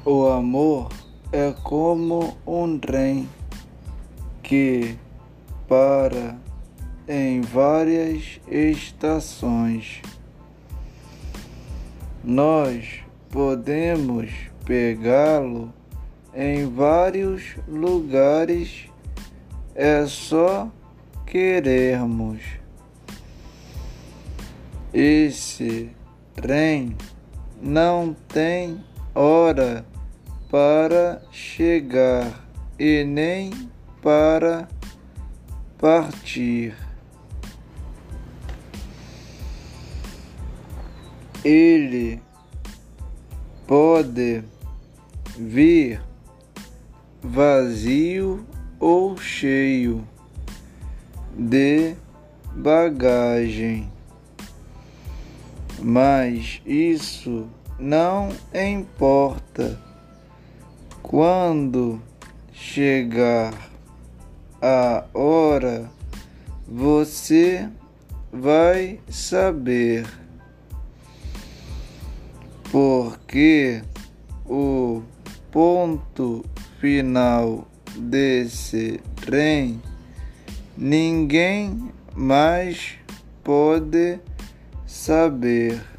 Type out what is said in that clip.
O amor é como um trem que para em várias estações. Nós podemos pegá-lo em vários lugares, é só querermos. Esse trem não tem hora para chegar e nem para partir. Ele pode vir vazio ou cheio de bagagem, mas isso não importa. Quando chegar a hora, você vai saber, porque o ponto final desse trem ninguém mais pode saber.